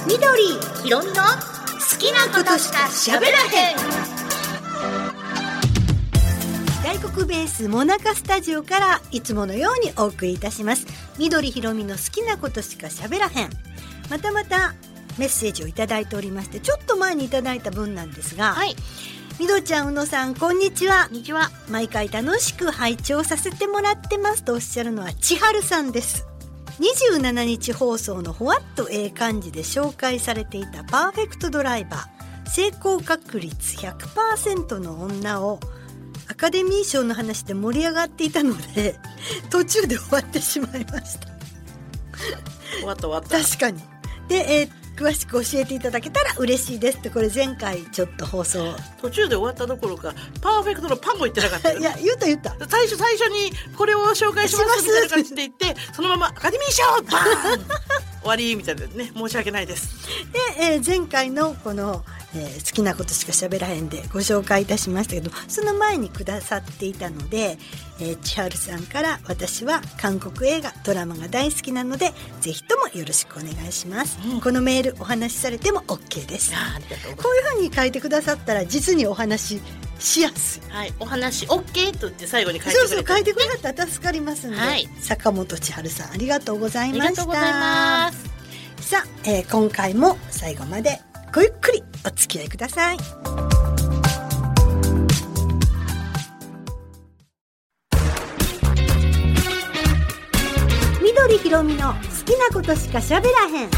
緑ひろみの好きなことしか喋らへん。大黒ベースモナカスタジオからいつものようにお送りいたします。緑ひろみの好きなことしか喋らへん。またメッセージをいただいておりまして、ちょっと前にいただいた分なんですが、はい、みどちゃん、うのさん、こんにちは。こんにちは。毎回楽しく拝聴させてもらってますとおっしゃるのは千春さんです。27日放送のほわっと感じで紹介されていたパーフェクトドライバー、成功確率 100% の女をアカデミー賞の話で盛り上がっていたので途中で終わってしまいました。 終わった確かに。で、詳しく教えていただけたら嬉しいですって、これ前回ちょっと放送途中で終わったどころかパーフェクトのパンも言ってなかったよ、ね、 いや言った最初にこれを紹介しますみたいな感じで言ってそのままアカデミー賞バーン終わりみたいなね、申し訳ないです。 で、前回のこの、好きなことしか喋らへんでご紹介いたしましたけど、その前にくださっていたので、千春さんから、私は韓国映画ドラマが大好きなのでぜひともよろしくお願いします、このメールお話しされても OK です。 ありがとうございます。 こういうふうに書いてくださったら実にお話しやすい、 はい、お話 OK と言って最後に書いてくれた、 そう書いてくれたら助かりますので、はい、坂本千春さんありがとうございました。 ありがとうございます。 さあ、今回も最後までごゆっくりお付き合いください。緑ひろみの好きなことしか喋らへん。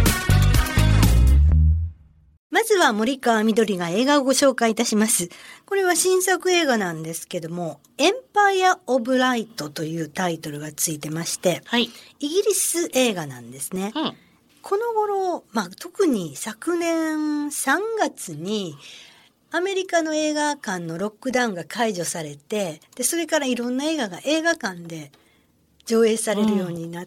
まずは森川みどりが映画をご紹介いたします。これは新作映画なんですけども、エンパイア・オブ・ライトというタイトルがついてまして、はい、イギリス映画なんですね、この頃、特に昨年3月にアメリカの映画館のロックダウンが解除されて、でそれからいろんな映画が映画館で上映されるようになって、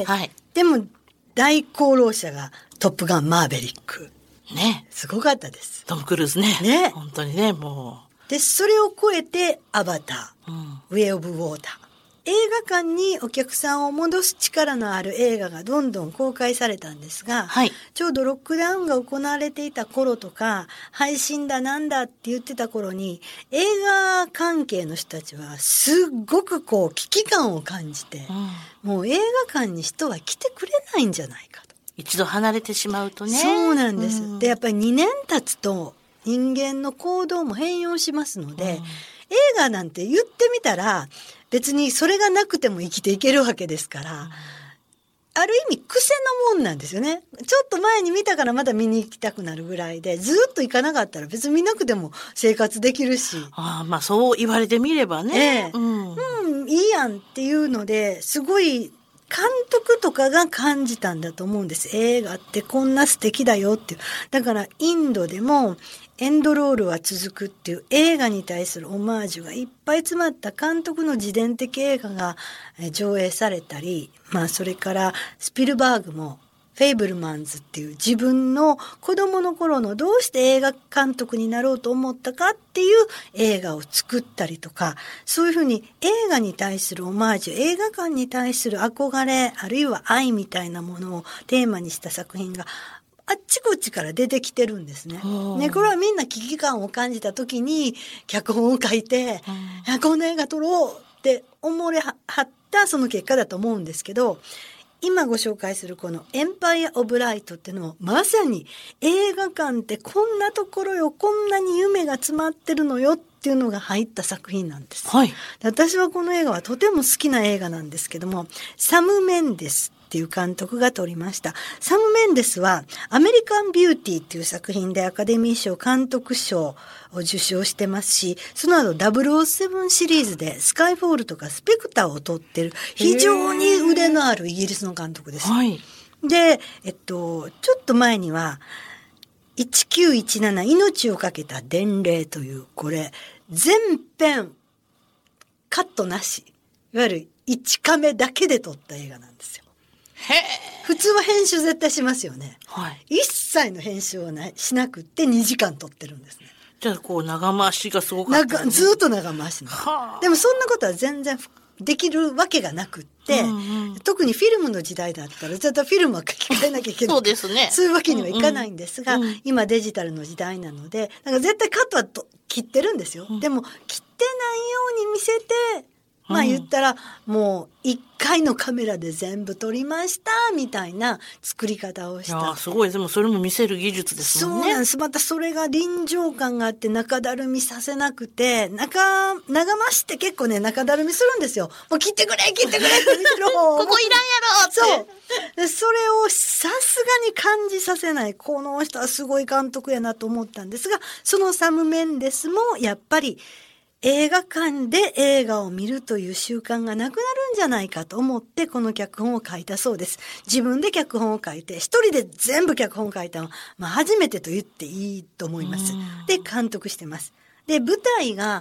はい、でも大功労者がトップガンマーヴェリックね、すごかったです。 トム・クルーズね、本当にね、もうでそれを超えてアバター、ウェイ・オブ・ウォーター、映画館にお客さんを戻す力のある映画がどんどん公開されたんですが、はい、ちょうどロックダウンが行われていた頃とか、配信だなんだって言ってた頃に、映画関係の人たちはすっごく危機感を感じて、もう映画館に人は来てくれないんじゃないかと。 一度離れてしまうとね。 そうなんです、でやっぱり2年経つと人間の行動も変容しますので、映画なんて言ってみたら別にそれがなくても生きていけるわけですから、ある意味癖のもんなんですよね。ちょっと前に見たからまた見に行きたくなるぐらいで、ずっと行かなかったら別に見なくても生活できるし、 そう言われてみればね、 いいやんっていうので、すごい監督とかが感じたんだと思うんです。映画ってこんな素敵だよっていう。だからインドでもエンドロールは続くっていう映画に対するオマージュがいっぱい詰まった監督の自伝的映画が上映されたり、それからスピルバーグもフェイブルマンズっていう自分の子供の頃のどうして映画監督になろうと思ったかっていう映画を作ったりとか、そういうふうに映画に対するオマージュ、映画館に対する憧れ、あるいは愛みたいなものをテーマにした作品があっちこっちから出てきてるんですね。これはみんな危機感を感じた時に脚本を書いて、こんな映画撮ろうって思われはったその結果だと思うんですけど、今ご紹介するこのエンパイア・オブ・ライトっていうのもまさに映画館ってこんなところよ、こんなに夢が詰まってるのよっていうのが入った作品なんです、私はこの映画はとても好きな映画なんですけども、サム・メンデスっていう監督が撮りました。サム・メンデスはアメリカン・ビューティーっていう作品でアカデミー賞監督賞を受賞してますし、その後007シリーズでスカイフォールとかスペクターを撮ってる非常に腕のあるイギリスの監督です。で、ちょっと前には1917命をかけた伝令という、これ全編カットなし、いわゆる1カメだけで撮った映画なんですよ。普通は編集絶対しますよね、一切の編集をしなくって2時間撮ってるんですね。 じゃあ長回しがすごかった、ね、 ずっと長回しの。でもそんなことは全然できるわけがなくって、 うんうん、 特にフィルムの時代だったら絶対フィルムは書き換えなきゃいけないそうですね。 そういうわけにはいかないんですが、 うんうん、 今デジタルの時代なので、だから絶対カットは切ってるんですよ、 うん、 でも切ってないように見せて、まあ言ったらもう1回のカメラで全部撮りましたみたいな作り方をした。 すごい。でもそれも見せる技術ですもんね。 そうなんです。またそれが臨場感があって中だるみさせなくて、長回しって結構ね中だるみするんですよ。もう切ってくれって見せろここいらんやろって。 そう。それをさすがに感じさせない。この人はすごい監督やなと思ったんですが、そのサム・メンデスもやっぱり映画館で映画を見るという習慣がなくなるんじゃないかと思ってこの脚本を書いたそうです。自分で脚本を書いて一人で全部脚本を書いたのは、初めてと言っていいと思います。で監督してます。で舞台が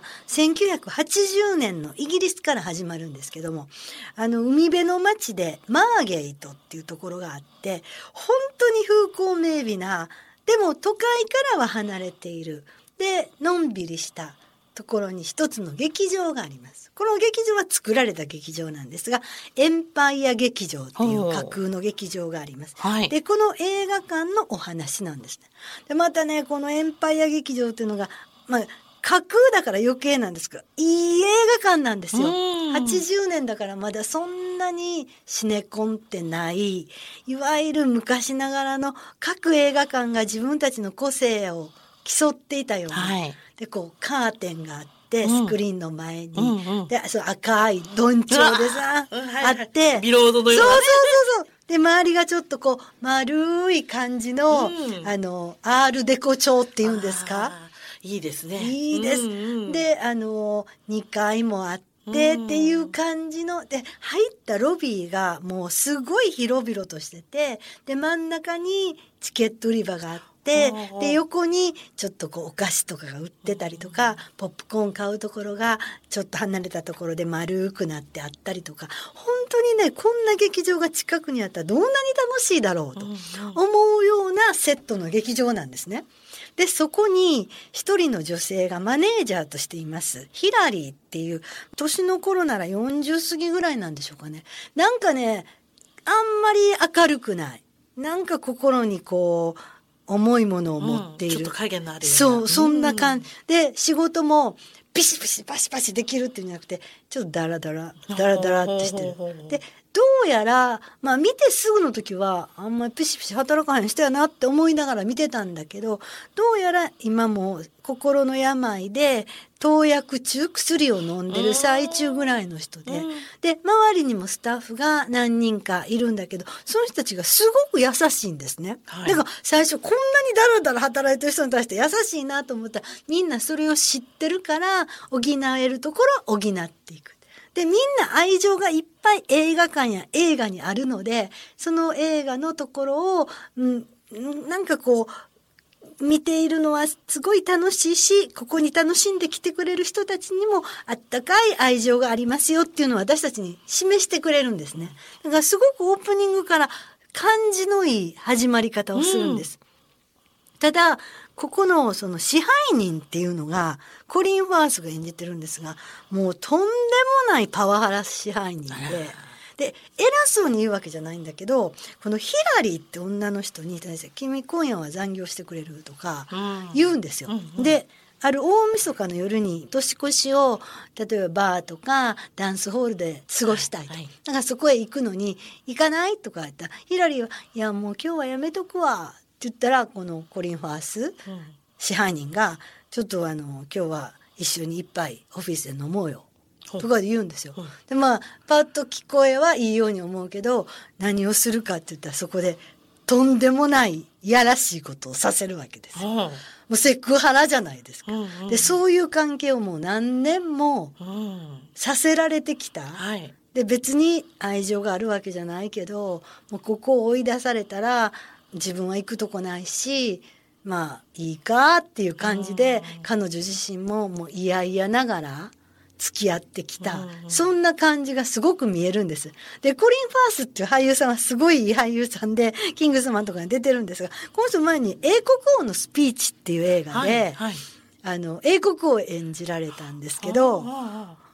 1980年のイギリスから始まるんですけども、海辺の町でマーゲイトっていうところがあって、本当に風光明媚な、でも都会からは離れている、でのんびりしたところに一つの劇場があります。この劇場は作られた劇場なんですが、エンパイア劇場っていう架空の劇場があります。 はい、 でこの映画館のお話なんですね。でまたねこのエンパイア劇場っていうのが架空だから余計なんですけど、いい映画館なんですよ。80年だからまだそんなにシネコンってない、いわゆる昔ながらの各映画館が自分たちの個性を競っていたような、 はい、 でこうカーテンがあってスクリーンの前に、でその赤いどんちょうでさ、あってビロードのようなね。 そうで周りがちょっとこう丸い感じの、アールデコ調っていうんですか。 いいですね。 いいです。で2階もあってっていう感じので、入ったロビーがもうすごい広々としてて、で真ん中にチケット売り場があって、で横にちょっとこうお菓子とかが売ってたりとか、ポップコーン買うところがちょっと離れたところで丸くなってあったりとか、本当にねこんな劇場が近くにあったらどんなに楽しいだろうと思うようなセットの劇場なんですね。でそこに一人の女性がマネージャーとしています。ヒラリーっていう、年の頃なら40過ぎぐらいなんでしょうかね。なんかねあんまり明るくない、なんか心にこう重いものを持っている、 ちょっと影のあるような、 そんな感じで、仕事もビシビシバシバシできるっていうんじゃなくて、ちょっとダラダラってしてる。でどうやら見てすぐの時はあんまりピシピシ働かへん人やなって思いながら見てたんだけど、どうやら今も心の病で投薬中、薬を飲んでる最中ぐらいの人で、で周りにもスタッフが何人かいるんだけど、その人たちがすごく優しいんですね、だから最初こんなにダラダラ働いてる人に対して優しいなと思ったら、みんなそれを知ってるから補えるところは補っていく。でみんな愛情がいっぱい映画館や映画にあるので、その映画のところを、なんかこう見ているのはすごい楽しいし、ここに楽しんで来てくれる人たちにもあったかい愛情がありますよっていうのを私たちに示してくれるんですね。だからすごくオープニングから感じのいい始まり方をするんです、ただここのその支配人っていうのがコリン・ファースが演じてるんですが、もうとんでもないパワハラ支配人で偉そうに言うわけじゃないんだけど、このヒラリーって女の人に対して君今夜は残業してくれるとか言うんですよ、である大晦日の夜に年越しを例えばバーとかダンスホールで過ごしたいと、だからそこへ行くのに行かないとか言ったら、ヒラリーはいやもう今日はやめとくわって言ったら、このコリン・ファース、支配人がちょっと今日は一緒に一杯オフィスで飲もうよとかで言うんですよ、でパッと聞こえはいいように思うけど、何をするかって言ったらそこでとんでもないいやらしいことをさせるわけですよ、もうセクハラじゃないですか、でそういう関係をもう何年もさせられてきた、で別に愛情があるわけじゃないけど、もうここを追い出されたら自分は行くとこないし、いいかっていう感じで、彼女自身ももう嫌々ながら付き合ってきた、そんな感じがすごく見えるんです。でコリン・ファースっていう俳優さんはすごいいい俳優さんで、キングスマンとかに出てるんですが、この人前に英国王のスピーチっていう映画で、英国王を演じられたんですけど、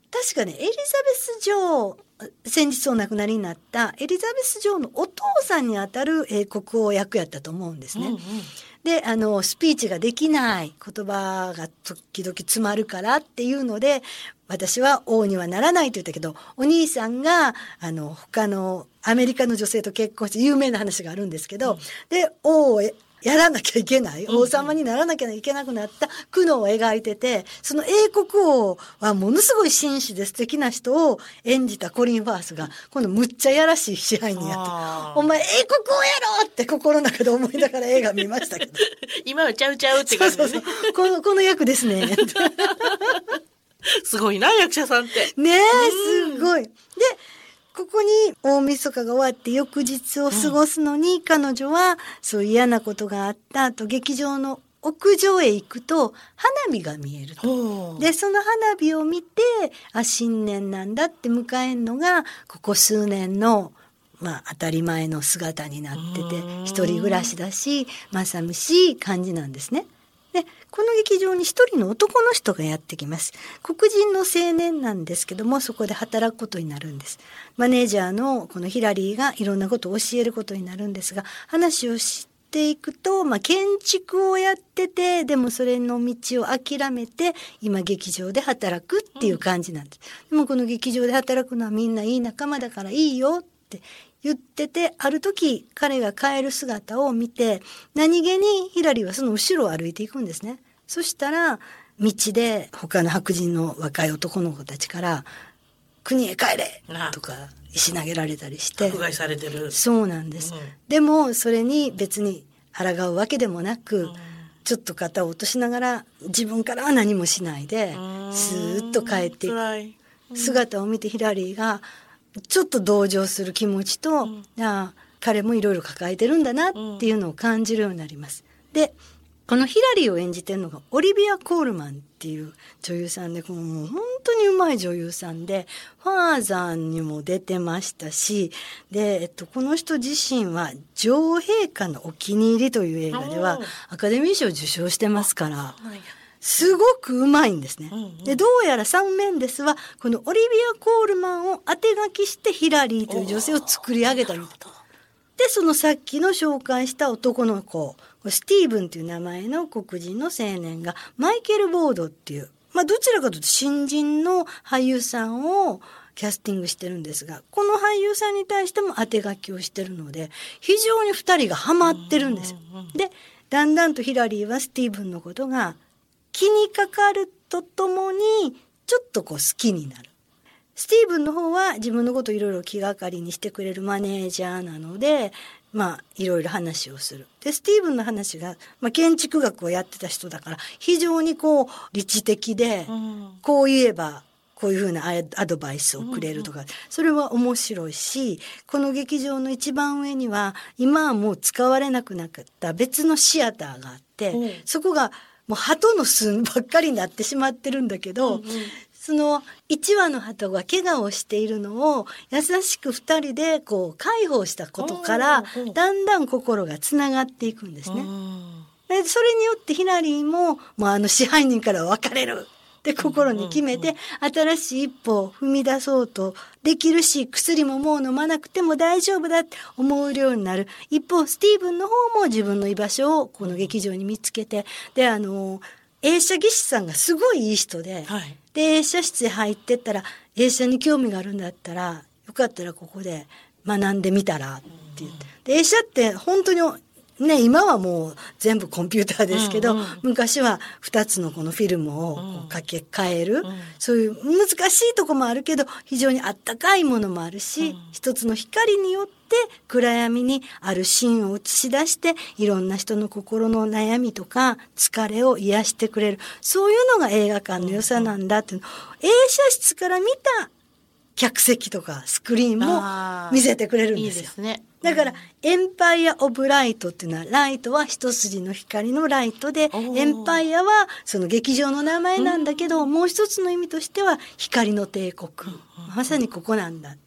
確かね、エリザベス女王、先日お亡くなりになったエリザベス女王のお父さんにあたる英国王役やったと思うんですね。 うんうん、 で、スピーチができない、言葉が時々詰まるからっていうので、私は王にはならないと言ったけど、お兄さんが、他のアメリカの女性と結婚して有名な話があるんですけど、で、王をやらなきゃいけない、王様にならなきゃいけなくなった苦悩を描いてて、その英国王はものすごい紳士で素敵な人を演じたコリン・ファースが、今度むっちゃやらしい支配人やって、お前英国王やろって心の中で思いながら映画見ましたけど。 今はちゃうちゃうって感じですね。 そうこの役ですね。 すごいな、役者さんって。 ねえ、すごい。で、ここに大晦日が終わって翌日を過ごすのに、彼女はそう嫌なことがあった後、劇場の屋上へ行くと花火が見えると。で、その花火を見て、新年なんだって迎えるのが、ここ数年の当たり前の姿になってて、一人暮らしだし、寂しい感じなんですね。で、この劇場に一人の男の人がやってきます。黒人の青年なんですけども、そこで働くことになるんです。マネージャーのこのヒラリーがいろんなことを教えることになるんですが、話をしていくと、建築をやってて、でもそれの道を諦めて、今劇場で働くっていう感じなんです。でもこの劇場で働くのはみんないい仲間だからいいよって言ってて、ある時彼が帰る姿を見て、何気にヒラリーはその後ろを歩いていくんですね。そしたら道で他の白人の若い男の子たちから国へ帰れとか石投げられたりして、 迫害されてる。 そうなんです、でもそれに別に抗うわけでもなく、ちょっと肩を落としながら自分からは何もしないでスーッと帰っていく姿を見て、ヒラリーがちょっと同情する気持ちと、彼もいろいろ抱えてるんだなっていうのを感じるようになります。で、このヒラリーを演じてるのがオリビア・コールマンっていう女優さんで、もう本当に上手い女優さんで、ファーザーにも出てましたし、で、この人自身は女王陛下のお気に入りという映画ではアカデミー賞を受賞してますから、すごくうまいんですね。で、どうやらサム・メンデスはこのオリビア・コールマンを当て書きしてヒラリーという女性を作り上げたみたいだ。で、そのさっきの紹介した男の子、スティーブンという名前の黒人の青年がマイケル・ボードっていう、どちらかというと新人の俳優さんをキャスティングしてるんですが、この俳優さんに対しても当て書きをしてるので、非常に二人がハマってるんですよ。で、だんだんとヒラリーはスティーブンのことが気にかかるとともにちょっと好きになる。スティーブンの方は自分のことをいろいろ気がかりにしてくれるマネージャーなので、いろいろ話をする。で、スティーブンの話が、建築学をやってた人だから非常に理知的で、こう言えばこういうふうなアドバイスをくれるとか、それは面白いし、この劇場の一番上には今はもう使われなくなった別のシアターがあって、そこがもう鳩の巣ばっかりになってしまってるんだけど、その1羽の鳩が怪我をしているのを優しく2人で介抱したことからだんだん心がつながっていくんですね。でそれによってヒラリーも支配人から別れるって心に決めて、新しい一歩を踏み出そうとできるし、薬ももう飲まなくても大丈夫だって思うようになる。一方スティーブンの方も自分の居場所をこの劇場に見つけて、で映写技師さんがすごいいい人で、で映写室へ入ってったら、映写に興味があるんだったらよかったらここで学んでみたらって言って、で映写って本当にね、今はもう全部コンピューターですけど、昔は2つのこのフィルムを掛け替える、そういう難しいとこもあるけど非常にあったかいものもあるし、一つの光によって暗闇にあるシーンを映し出していろんな人の心の悩みとか疲れを癒してくれる、そういうのが映画館の良さなんだっていうのを映写室から見た客席とかスクリーンも見せてくれるんですよ。 いいですね。 だからエンパイア・オブ・ライトっていうのは、ライトは一筋の光のライトで、エンパイアはその劇場の名前なんだけど、もう一つの意味としては光の帝国、まさにここなんだ。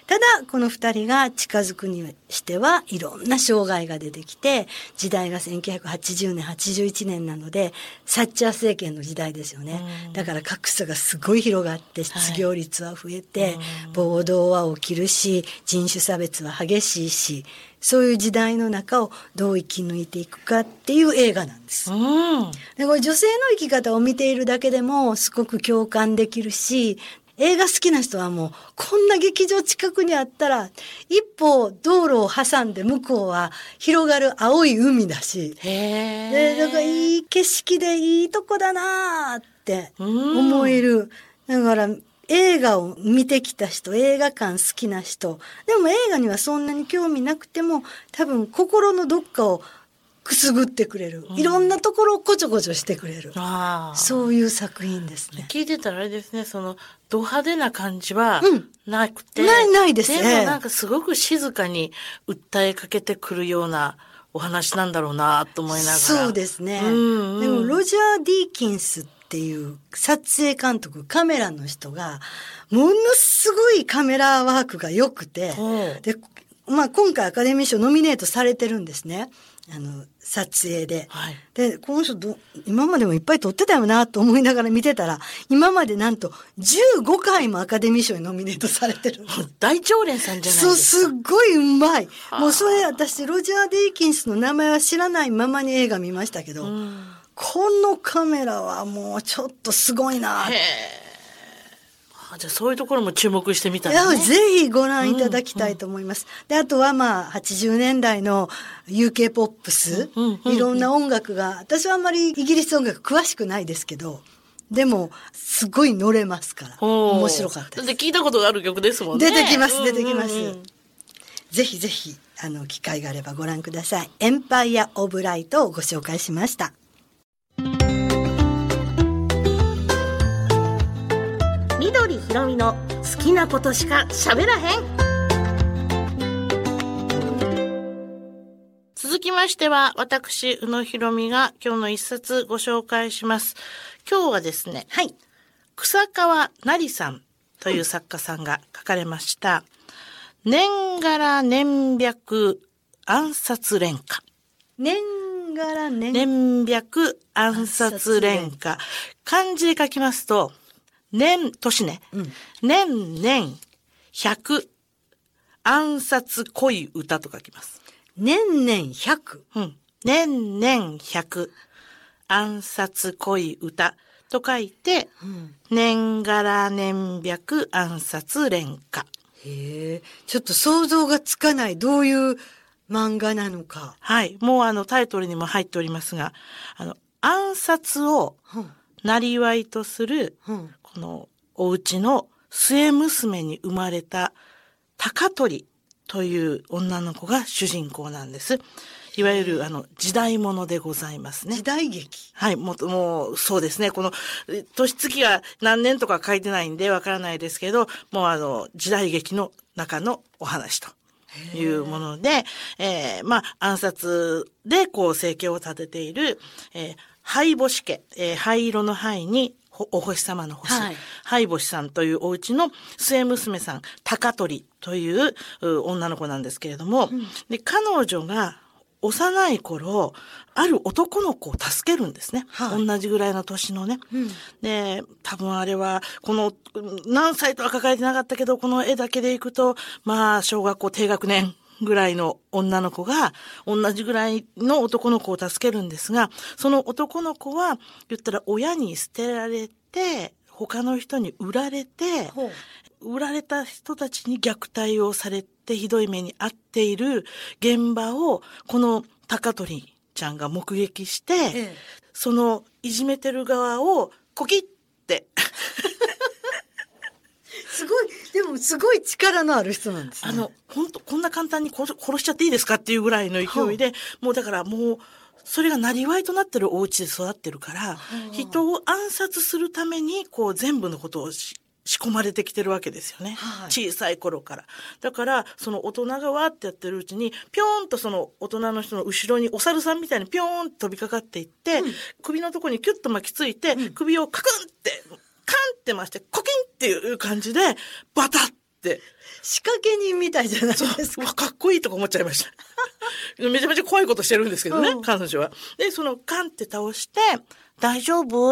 ただこの2人が近づくにしてはいろんな障害が出てきて、時代が1980年81年なのでサッチャー政権の時代ですよね。だから格差がすごい広がって失業率は増えて、暴動は起きるし人種差別は激しいし、そういう時代の中をどう生き抜いていくかっていう映画なんです。でこれ女性の生き方を見ているだけでもすごく共感できるし、映画好きな人はもうこんな劇場近くにあったら一歩道路を挟んで向こうは広がる青い海だし、でだからいい景色でいいとこだなって思える。だから映画を見てきた人、映画館好きな人、でも映画にはそんなに興味なくても多分心のどっかをくすぐってくれる、いろんなところをこちょこちょしてくれる、そういう作品ですね。 聞いてたらあれですね、そのド派手な感じはなくて、 ないですね。 でもなんかすごく静かに訴えかけてくるようなお話なんだろうなと思いながら。 そうですね。でもロジャー・ディーキンスっていう撮影監督、カメラの人がものすごいカメラワークが良くて、で、今回アカデミー賞ノミネートされてるんですね。撮影で。で、この人今までもいっぱい撮ってたよなと思いながら見てたら、今までなんと15回もアカデミー賞にノミネートされてる。 大常連さんじゃないですか。 そう、すっごいうまい。もうそれ私、ロジャー・ディーキンスの名前は知らないままに映画見ましたけど、このカメラはもうちょっとすごいな。 じゃあそういうところも注目してみたらね。 ぜひご覧いただきたいと思います。で、あとは80年代の UK ポップス、いろんな音楽が、私はあんまりイギリス音楽詳しくないですけど、でもすごい乗れますから面白かったです。 だって聞いたことがある曲ですもんね。 出てきます。ぜひぜひ機会があればご覧ください。エンパイア・オブ・ライトをご紹介しました。緑ひろみの好きなことしか喋らへん。 続きましては私宇野ひろみが今日の一冊ご紹介します。今日はですね、草川なりさんという作家さんが書かれました年柄年白暗殺連歌。 年柄年白暗殺連歌。漢字で書きますと年ね、年百暗殺恋歌と書きます。 年100、 年100暗殺恋歌と書いて、年柄年白暗殺連歌。 へえ、ちょっと想像がつかない、どういう漫画なのか。 もうタイトルにも入っておりますが、暗殺をなりわいとする、このお家の末娘に生まれた高取という女の子が主人公なんです。いわゆる時代物でございますね。 時代劇。 もうそうですね。この年月が何年とか書いてないんでわからないですけど、もう時代劇の中のお話というもので、暗殺で生計を立てている、灰星家、灰色の灰にお星様の星、灰星さんというお家の末娘さん、高取という女の子なんですけれども、で彼女が幼い頃、ある男の子を助けるんですね。同じぐらいの年のね。で、多分あれは、この、何歳とは書かれてなかったけど、この絵だけでいくと、小学校低学年ぐらいの女の子が、同じぐらいの男の子を助けるんですが、その男の子は、言ったら親に捨てられて、他の人に売られて、売られた人たちに虐待をされてひどい目に遭っている現場をこの高取ちゃんが目撃して、そのいじめてる側をコキってでもすごい力のある人なんですね。 本当こんな簡単に殺しちゃっていいですかっていうぐらいの勢いで、もうだからもうそれがなりわいとなってるお家で育ってるから、人を暗殺するために全部のことを仕込まれてきてるわけですよね。小さい頃から。だから、その大人がわーってやってるうちに、ぴょーんとその大人の人の後ろにお猿さんみたいにぴょーんと飛びかかっていって、首のところにキュッと巻きついて、首をカクンって、カンって回して、コキンっていう感じで、バタッて。 仕掛け人みたいじゃないですか。 かっこいいとか思っちゃいました。めちゃめちゃ怖いことしてるんですけどね、彼女は。で、そのカンって倒して、大丈夫って、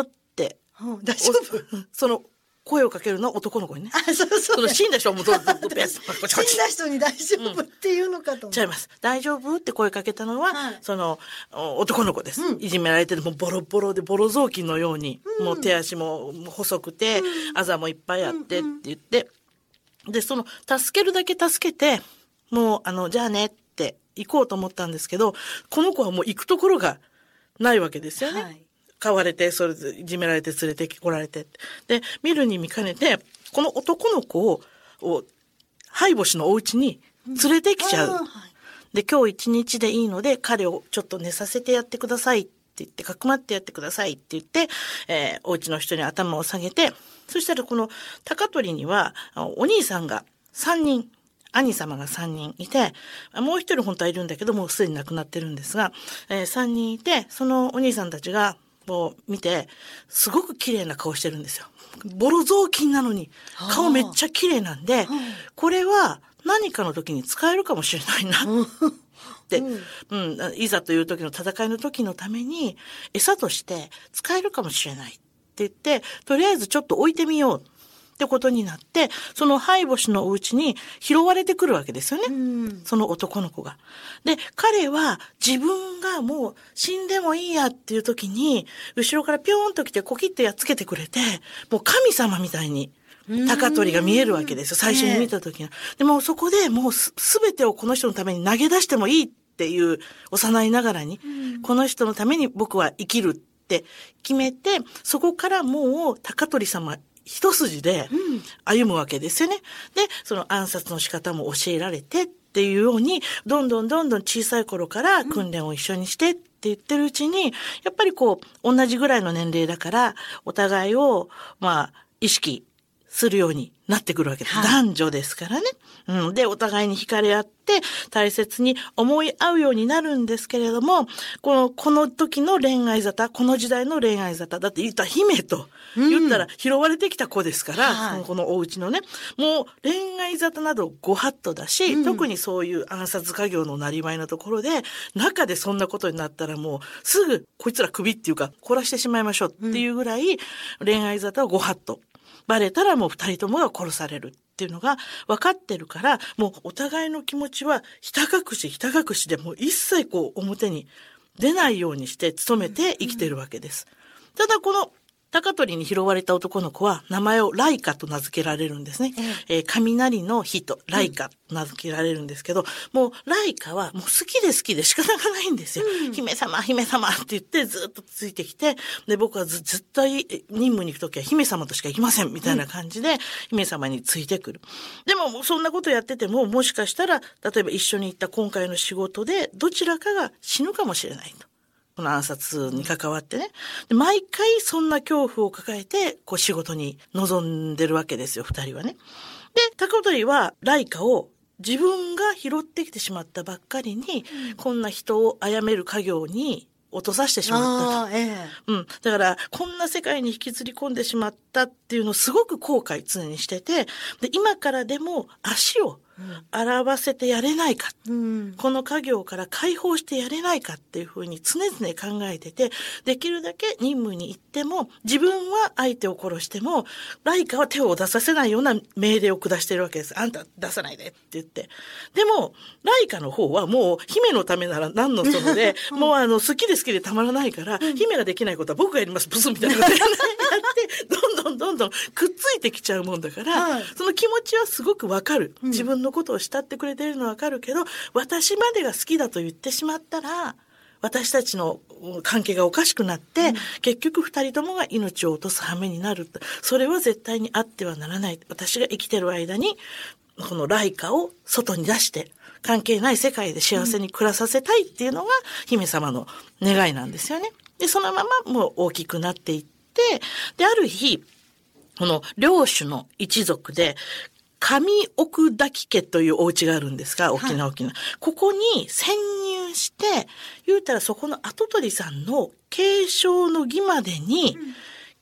大丈夫その声をかけるのは男の子にね。 そう。 その死んだ人はもう死んだ人に大丈夫っていうのかと思う。 違います。大丈夫って声かけたのは、その男の子です。いじめられててもボロボロでボロ雑巾のように、もう手足も細くて、あざもいっぱいあってって言って、で、その助けるだけ助けて、もうじゃあねって行こうと思ったんですけど、この子はもう行くところがないわけですよね。買われて、それでいじめられて連れてこられて。で、見るに見かねて、この男の子を灰干しのお家に連れてきちゃう。で、今日一日でいいので、彼をちょっと寝させてやってくださいって言って、かくまってやってくださいって言って、お家の人に頭を下げて、そしたらこの高取には、お兄さんが3人、兄様が3人いて、もう一人本当はいるんだけど、もうすでに亡くなってるんですが、3人いて、そのお兄さんたちが、を見て、すごく綺麗な顔してるんですよ。ボロ雑巾なのに、顔めっちゃ綺麗なんで、これは何かの時に使えるかもしれないなって、いざという時の戦いの時のために、餌として使えるかもしれないって言って、とりあえずちょっと置いてみよう。ってことになって、その灰干しのお家に拾われてくるわけですよね。その男の子が。で、彼は自分がもう死んでもいいやっていう時に、後ろからピョーンと来てコキッとやっつけてくれて、もう神様みたいに高取が見えるわけですよ。最初に見た時に。でもそこでもうすべてをこの人のために投げ出してもいいっていう幼いながらに、この人のために僕は生きるって決めて、そこからもう高取様一筋で歩むわけですよね。で、その暗殺の仕方も教えられてっていうように、どんどん小さい頃から訓練を一緒にしてって言ってるうちに、やっぱりこう、同じぐらいの年齢だから、お互いを、意識するようになってくるわけです。男女ですからね。で、お互いに惹かれ合って、大切に思い合うようになるんですけれども、この時の恋愛沙汰、この時代の恋愛沙汰、だって言ったら姫と言ったら拾われてきた子ですから、このお家のね、もう恋愛沙汰などご法度だし、特にそういう暗殺家業のなりわいのところで、中でそんなことになったらもうすぐこいつら首っていうか殺してしまいましょうっていうぐらい、恋愛沙汰はご法度。バレたらもう二人ともが殺されるっていうのが分かってるから、もうお互いの気持ちはひた隠しでもう一切こう表に出ないようにして努めて生きてるわけです。ただこの高取に拾われた男の子は名前をライカと名付けられるんですね。雷の日とライカと名付けられるんですけど、もうライカはもう好きで仕方がないんですよ。姫様って言ってずっとついてきて、で、僕は絶対任務に行くときは姫様としか行きませんみたいな感じで姫様についてくる。でもそんなことやってても、もしかしたら例えば一緒に行った今回の仕事でどちらかが死ぬかもしれないと。この暗殺に関わってね。で、毎回そんな恐怖を抱えて、こう仕事に臨んでるわけですよ、二人はね。で、高取はライカを自分が拾ってきてしまったばっかりに、こんな人を殺める家業に落とさせてしまったと。だから、こんな世界に引きずり込んでしまったっていうのをすごく後悔常にしてて、で、今からでも足を洗わせてやれないか、この家業から解放してやれないかっていうふうに常々考えてて、できるだけ任務に行っても、自分は相手を殺しても、ライカは手を出させないような命令を下しているわけです。あんた出さないでって言って。でも、ライカの方はもう姫のためなら何のそので、もう好きでたまらないから、姫ができないことは僕がやります、ブスみたいなことやって、どんどんくっついてきちゃうもんだから、その気持ちはすごくわかる。自分のことを慕ってくれているのはわかるけど、私までが好きだと言ってしまったら、私たちの関係がおかしくなって、結局二人ともが命を落とす羽目になる。それは絶対にあってはならない。私が生きてる間に、このライカを外に出して、関係ない世界で幸せに暮らさせたいっていうのが姫様の願いなんですよね。で、そのままもう大きくなっていって、で、ある日、この領主の一族で、上奥崎家というお家があるんですが、大きな。ここに潜入して、言うたらそこの跡取りさんの継承の儀までに、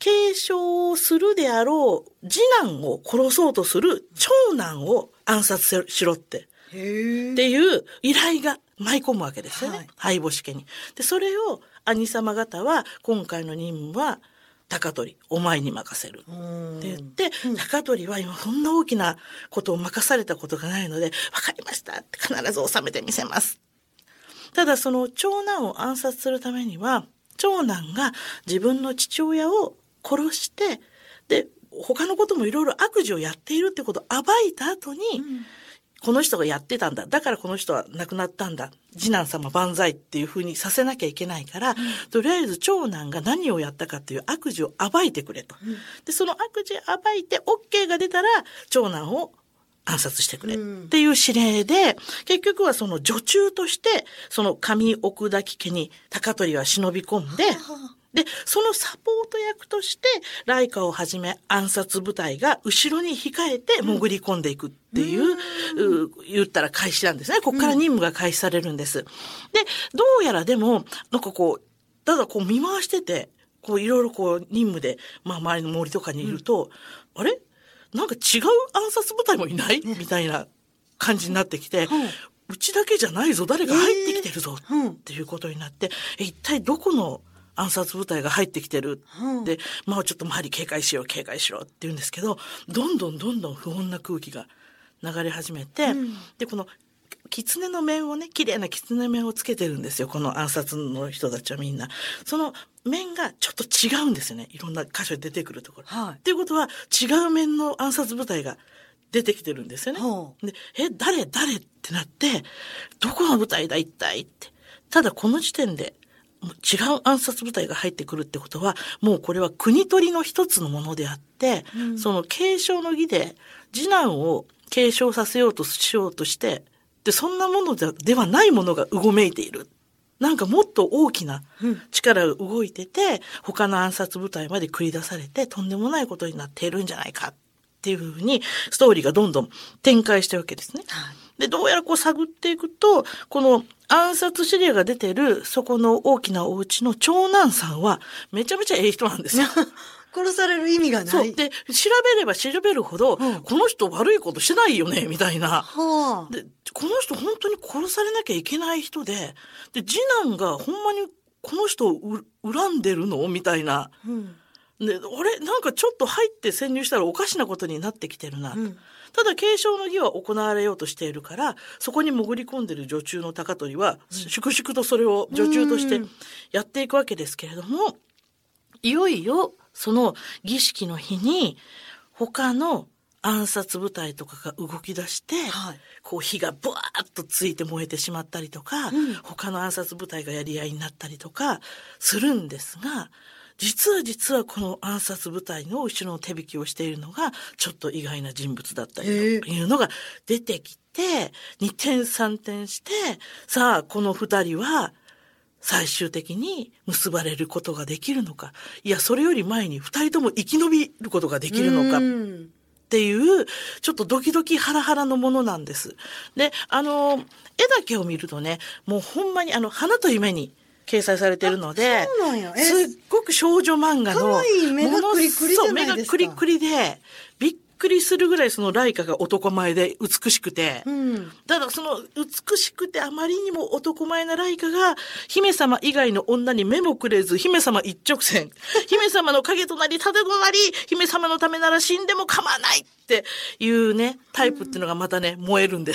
継承をするであろう次男を殺そうとする長男を暗殺しろっていう依頼が舞い込むわけですよね。灰干家に。で、それを兄様方は今回の任務は高取お前に任せるって言って、高取は今そんな大きなことを任されたことがないので、わかりましたって必ず収めてみせます。ただその長男を暗殺するためには、長男が自分の父親を殺して、で、他のこともいろいろ悪事をやっているってことを暴いた後に、この人がやってたんだ。だからこの人は亡くなったんだ。次男様万歳っていう風にさせなきゃいけないから、とりあえず長男が何をやったかっていう悪事を暴いてくれと。で、その悪事を暴いて OK が出たら、長男を暗殺してくれっていう指令で、結局はその女中として、その上奥崎家に高取は忍び込んで、で、そのサポート役として、来華をはじめ暗殺部隊が後ろに控えて潜り込んでいくっていう、言ったら開始なんですね。ここから任務が開始されるんです。で、どうやらでも、なんかこう、ただこう見回してて、こういろいろこう任務で、まあ周りの森とかにいると、あれなんか違う暗殺部隊もいないみたいな感じになってきて、うちだけじゃないぞ、誰か入ってきてるぞっていうことになって、一体どこの暗殺部隊が入ってきてるで、まあちょっと周り警戒しろって言うんですけど、どんどん不穏な空気が流れ始めて、で、この狐の面をね、綺麗な狐面をつけてるんですよ、この暗殺の人たちはみんな。その面がちょっと違うんですよね、いろんな箇所で出てくるところ。っていうことは、違う面の暗殺部隊が出てきてるんですよね。で、誰ってなって、どこの部隊だ一体って。ただこの時点で、違う暗殺部隊が入ってくるってことは、もうこれは国取りの一つのものであって、その継承の儀で次男を継承させようとして、で、そんなものではないものがうごめいている。なんかもっと大きな力が動いてて、他の暗殺部隊まで繰り出されて、とんでもないことになっているんじゃないかっていうふうに、ストーリーがどんどん展開してるわけですね。で、どうやらこう探っていくと、この暗殺指令が出てる、そこの大きなお家の長男さんは、めちゃめちゃええ人なんですよ。 殺される意味がない。 そう。で、調べれば調べるほど、この人悪いことしてないよね、みたいな。で、この人本当に殺されなきゃいけない人で、で、次男がほんまにこの人を恨んでるのみたいな。で、あれなんかちょっと入って潜入したらおかしなことになってきてるな。ただ継承の儀は行われようとしているから、そこに潜り込んでる女中の高取は、粛々とそれを女中としてやっていくわけですけれども、いよいよその儀式の日に、他の暗殺部隊とかが動き出して、こう火がブワーッとついて燃えてしまったりとか、他の暗殺部隊がやり合いになったりとかするんですが、実はこの暗殺部隊の後ろの手引きをしているのがちょっと意外な人物だったりというのが出てきて、二転三転して、さあこの二人は最終的に結ばれることができるのか、いやそれより前に二人とも生き延びることができるのかっていうちょっとドキドキハラハラのものなんです。で、絵だけを見るとね、もうほんまに花と夢に掲載されているので、 そうなんや。 すっごく少女漫画の可愛い目がクリクリじゃないですか。 そう、目がクリクリで、びっくりするぐらいそのライカが男前で美しくて、ただその美しくてあまりにも男前なライカが、姫様以外の女に目もくれず、姫様一直線、姫様の影となり盾となり、姫様のためなら死んでも構わないっていうね、タイプっていうのがまたね、燃えるんです。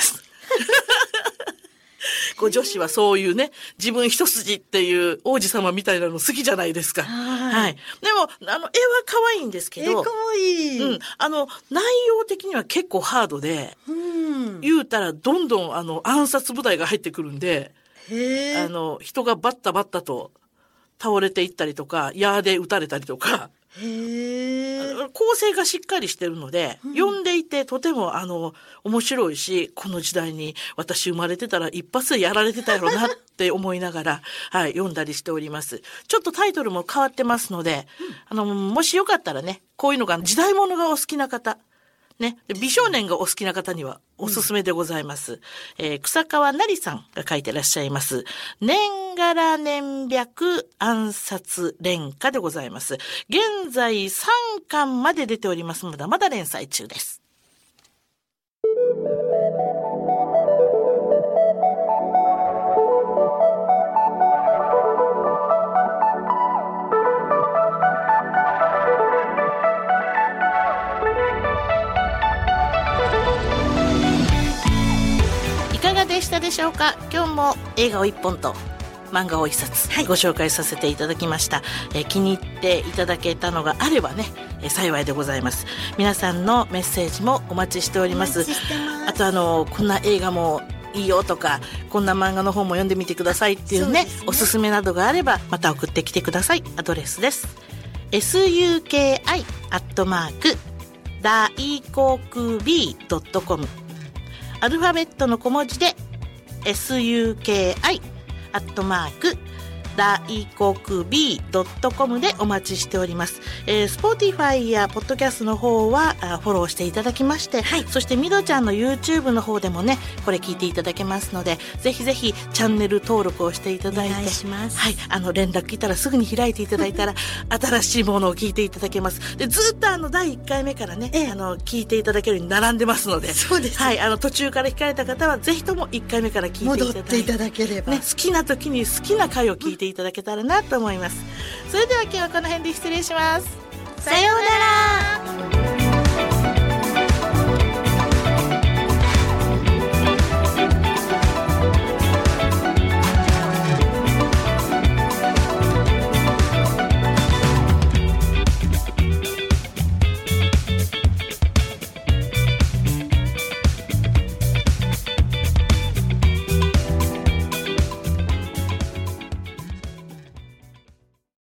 こう女子はそういうね、自分一筋っていう王子様みたいなの好きじゃないですか。はい。でも、絵は可愛いんですけど。 可愛い。 内容的には結構ハードで、言うたらどんどん暗殺部隊が入ってくるんで、人がバッタバッタと倒れていったりとか、矢で撃たれたりとか、構成がしっかりしてるので、読んでいてとても面白いし、この時代に私生まれてたら一発でやられてたやろなって思いながら、はい、読んだりしております。ちょっとタイトルも変わってますので、もしよかったらね、こういうのが時代物がお好きな方、 ね。美少年がお好きな方にはおすすめでございます。草川成さんが書いてらっしゃいます。年柄年略暗殺連歌でございます。現在3巻まで出ております。まだまだ連載中です。いかがでしたでしょうか。今日も映画を1本と漫画を1冊ご紹介させていただきました。気に入っていただけたのがあればね、幸いでございます。皆さんのメッセージもお待ちしております。あとこんな映画もいいよとか、こんな漫画の本も読んでみてくださいっていうね、おすすめなどがあればまた送ってきてください。アドレスです。suki@daikokubi.com アルファベットの小文字で suki@daikokubi.com でお待ちしております。Spotify やポッドキャストの方はフォローしていただきまして、そしてみどちゃんの YouTube の方でもね、これ聞いていただけますので、ぜひぜひチャンネル登録をしていただいて、 お願いします。 はい、連絡来たらすぐに開いていただいたら新しいものを聞いていただけます。で、ずっと第1回目からね、聞いていただけるように並んでますので、 そうです。 はい、途中から聞かれた方はぜひとも1回目から聞いていただいて、 戻っていただければ、 ね、好きな時に好きな回を聞いていただけたらなと思います。それでは今日はこの辺で失礼します。 さようなら。